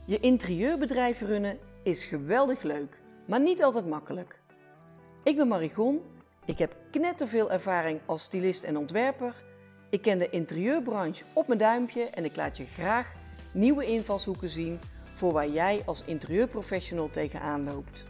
Je interieurbedrijf runnen is geweldig leuk, maar niet altijd makkelijk. Ik ben Marigon, ik heb knetterveel ervaring als stylist en ontwerper. Ik ken de interieurbranche op mijn duimpje en ik laat je graag nieuwe invalshoeken zien voor waar jij als interieurprofessional tegenaan loopt.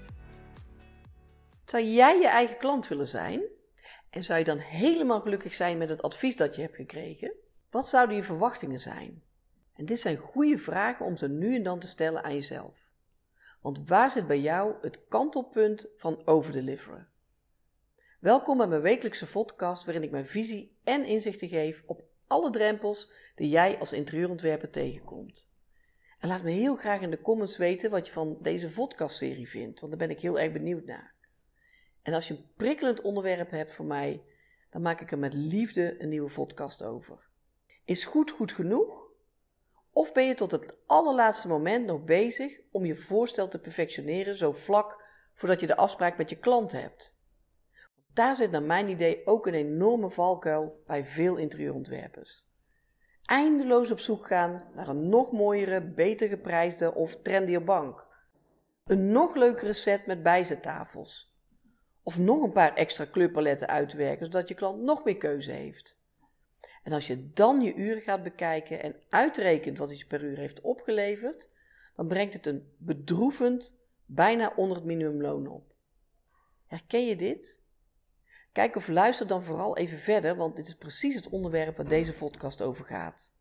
Zou jij je eigen klant willen zijn? En zou je dan helemaal gelukkig zijn met het advies dat je hebt gekregen? Wat zouden je verwachtingen zijn? En dit zijn goede vragen om ze nu en dan te stellen aan jezelf. Want waar zit bij jou het kantelpunt van overdeliveren? Welkom bij mijn wekelijkse podcast waarin ik mijn visie en inzichten geef op alle drempels die jij als interieurontwerper tegenkomt. En laat me heel graag in de comments weten wat je van deze podcastserie vindt, want daar ben ik heel erg benieuwd naar. En als je een prikkelend onderwerp hebt voor mij, dan maak ik er met liefde een nieuwe podcast over. Is goed genoeg? Of ben je tot het allerlaatste moment nog bezig om je voorstel te perfectioneren zo vlak voordat je de afspraak met je klant hebt? Daar zit naar mijn idee ook een enorme valkuil bij veel interieurontwerpers. Eindeloos op zoek gaan naar een nog mooiere, beter geprijsde of trendier bank. Een nog leukere set met bijzettafels. Of nog een paar extra kleurpaletten uitwerken zodat je klant nog meer keuze heeft. En als je dan je uren gaat bekijken en uitrekent wat je per uur heeft opgeleverd, dan brengt het een bedroevend, bijna onder het minimumloon op. Herken je dit? Kijk of luister dan vooral even verder, want dit is precies het onderwerp waar deze podcast over gaat.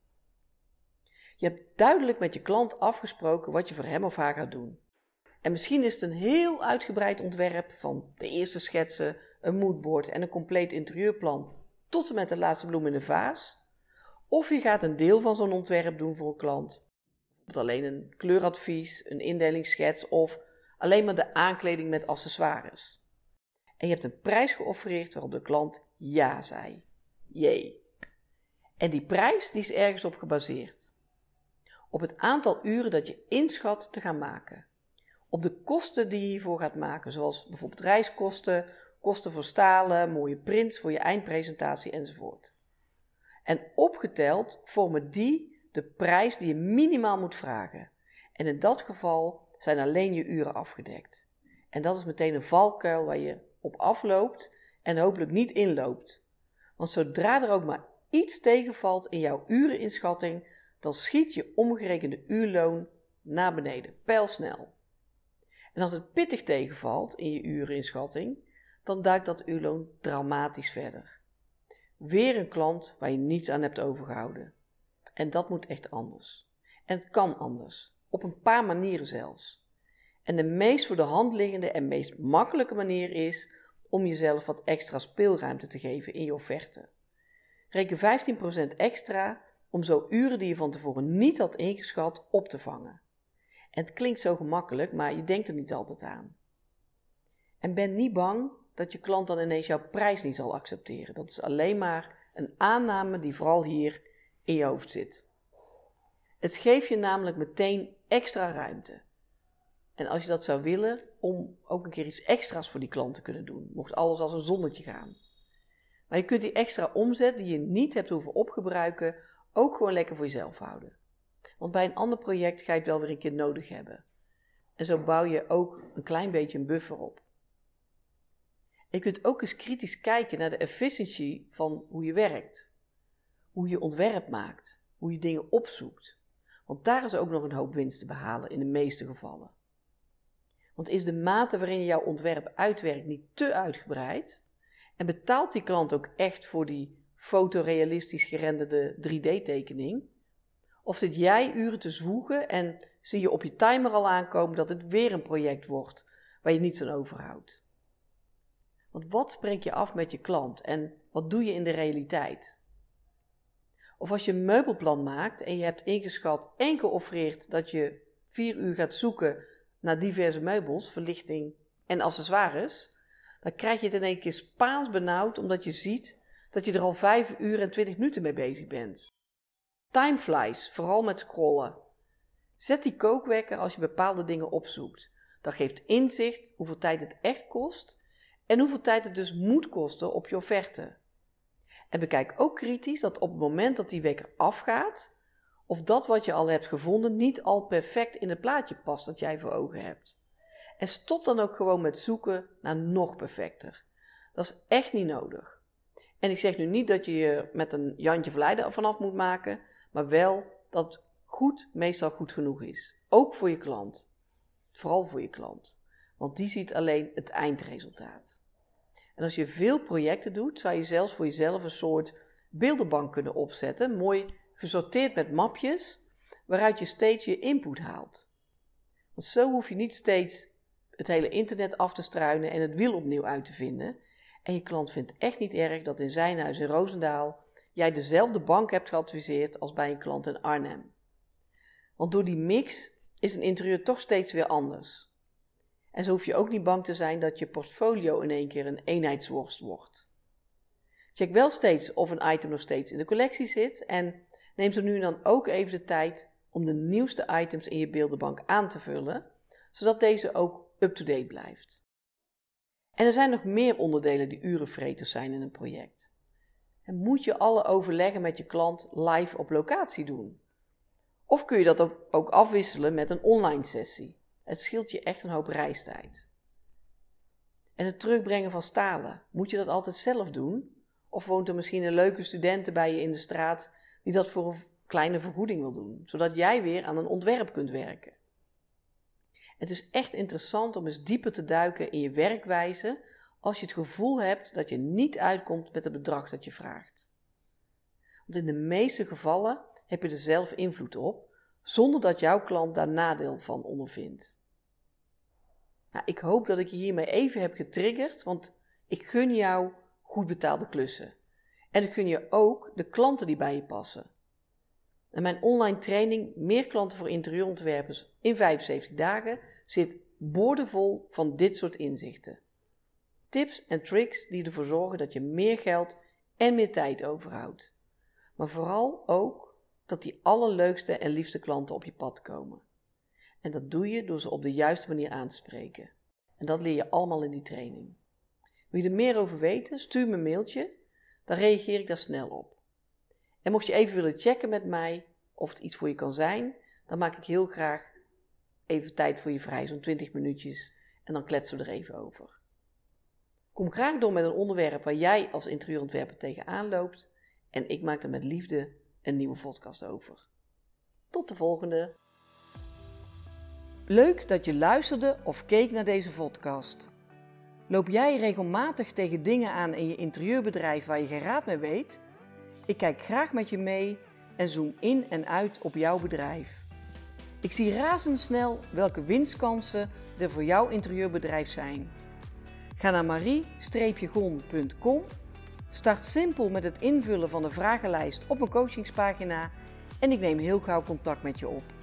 Je hebt duidelijk met je klant afgesproken wat je voor hem of haar gaat doen. En misschien is het een heel uitgebreid ontwerp van de eerste schetsen, een moodboard en een compleet interieurplan tot en met de laatste bloem in de vaas. Of je gaat een deel van zo'n ontwerp doen voor een klant. Bijvoorbeeld alleen een kleuradvies, een indelingsschets of alleen maar de aankleding met accessoires. En je hebt een prijs geoffereerd waarop de klant ja zei. Jee. En die prijs die is ergens op gebaseerd. Op het aantal uren dat je inschat te gaan maken. Op de kosten die je hiervoor gaat maken, zoals bijvoorbeeld reiskosten, kosten voor stalen, mooie prints voor je eindpresentatie enzovoort. En opgeteld vormen die de prijs die je minimaal moet vragen. En in dat geval zijn alleen je uren afgedekt. En dat is meteen een valkuil waar je op afloopt en hopelijk niet inloopt. Want zodra er ook maar iets tegenvalt in jouw ureninschatting, dan schiet je omgerekende uurloon naar beneden, pijlsnel. En als het pittig tegenvalt in je ureninschatting, dan duikt dat uurloon dramatisch verder. Weer een klant waar je niets aan hebt overgehouden. En dat moet echt anders. En het kan anders. Op een paar manieren zelfs. En de meest voor de hand liggende en meest makkelijke manier is om jezelf wat extra speelruimte te geven in je offerte. Reken 15% extra om zo uren die je van tevoren niet had ingeschat op te vangen. En het klinkt zo gemakkelijk, maar je denkt er niet altijd aan. En ben niet bang dat je klant dan ineens jouw prijs niet zal accepteren. Dat is alleen maar een aanname die vooral hier in je hoofd zit. Het geeft je namelijk meteen extra ruimte. En als je dat zou willen, om ook een keer iets extra's voor die klant te kunnen doen, mocht alles als een zonnetje gaan. Maar je kunt die extra omzet die je niet hebt hoeven opgebruiken, ook gewoon lekker voor jezelf houden. Want bij een ander project ga je het wel weer een keer nodig hebben. En zo bouw je ook een klein beetje een buffer op. Je kunt ook eens kritisch kijken naar de efficiëntie van hoe je werkt. Hoe je ontwerp maakt. Hoe je dingen opzoekt. Want daar is ook nog een hoop winst te behalen in de meeste gevallen. Want is de mate waarin je jouw ontwerp uitwerkt niet te uitgebreid? En betaalt die klant ook echt voor die fotorealistisch gerenderde 3D-tekening? Of zit jij uren te zwoegen en zie je op je timer al aankomen dat het weer een project wordt waar je niets aan overhoudt? Want wat spreek je af met je klant en wat doe je in de realiteit? Of als je een meubelplan maakt en je hebt ingeschat en geoffreerd dat je 4 uur gaat zoeken naar diverse meubels, verlichting en accessoires, dan krijg je het in één keer Spaans benauwd omdat je ziet dat je er al 5 uur en 20 minuten mee bezig bent. Time flies, vooral met scrollen. Zet die kookwekker als je bepaalde dingen opzoekt. Dat geeft inzicht hoeveel tijd het echt kost en hoeveel tijd het dus moet kosten op je offerte. En bekijk ook kritisch dat op het moment dat die wekker afgaat, of dat wat je al hebt gevonden niet al perfect in het plaatje past dat jij voor ogen hebt. En stop dan ook gewoon met zoeken naar nog perfecter. Dat is echt niet nodig. En ik zeg nu niet dat je je met een Jantje Verleider vanaf moet maken, maar wel dat goed meestal goed genoeg is. Ook voor je klant. Vooral voor je klant. Want die ziet alleen het eindresultaat. En als je veel projecten doet, zou je zelfs voor jezelf een soort beeldenbank kunnen opzetten. Mooi gesorteerd met mapjes, waaruit je steeds je input haalt. Want zo hoef je niet steeds het hele internet af te struinen en het wiel opnieuw uit te vinden. En je klant vindt echt niet erg dat in zijn huis in Roosendaal jij dezelfde bank hebt geadviseerd als bij een klant in Arnhem. Want door die mix is een interieur toch steeds weer anders. En zo hoef je ook niet bang te zijn dat je portfolio in één keer een eenheidsworst wordt. Check wel steeds of een item nog steeds in de collectie zit en neem zo nu en dan ook even de tijd om de nieuwste items in je beeldenbank aan te vullen, zodat deze ook up-to-date blijft. En er zijn nog meer onderdelen die urenvreters zijn in een project. En moet je alle overleggen met je klant live op locatie doen? Of kun je dat ook afwisselen met een online sessie? Het scheelt je echt een hoop reistijd. En het terugbrengen van stalen, moet je dat altijd zelf doen? Of woont er misschien een leuke student bij je in de straat die dat voor een kleine vergoeding wil doen, zodat jij weer aan een ontwerp kunt werken? Het is echt interessant om eens dieper te duiken in je werkwijze als je het gevoel hebt dat je niet uitkomt met het bedrag dat je vraagt. Want in de meeste gevallen heb je er zelf invloed op, zonder dat jouw klant daar nadeel van ondervindt. Nou, ik hoop dat ik je hiermee even heb getriggerd, want ik gun jou goed betaalde klussen. En ik gun je ook de klanten die bij je passen. En mijn online training Meer klanten voor interieurontwerpers in 75 dagen zit boordevol van dit soort inzichten. Tips en tricks die ervoor zorgen dat je meer geld en meer tijd overhoudt. Maar vooral ook dat die allerleukste en liefste klanten op je pad komen. En dat doe je door ze op de juiste manier aan te spreken. En dat leer je allemaal in die training. Wil je er meer over weten? Stuur me een mailtje, dan reageer ik daar snel op. En mocht je even willen checken met mij of het iets voor je kan zijn, dan maak ik heel graag even tijd voor je vrij, zo'n 20 minuutjes, en dan kletsen we er even over. Kom graag door met een onderwerp waar jij als interieurontwerper tegenaan loopt en ik maak er met liefde een nieuwe podcast over. Tot de volgende! Leuk dat je luisterde of keek naar deze podcast. Loop jij regelmatig tegen dingen aan in je interieurbedrijf waar je geen raad mee weet? Ik kijk graag met je mee en zoom in en uit op jouw bedrijf. Ik zie razendsnel welke winstkansen er voor jouw interieurbedrijf zijn. Ga naar marie-gon.com, start simpel met het invullen van de vragenlijst op mijn coachingspagina en ik neem heel gauw contact met je op.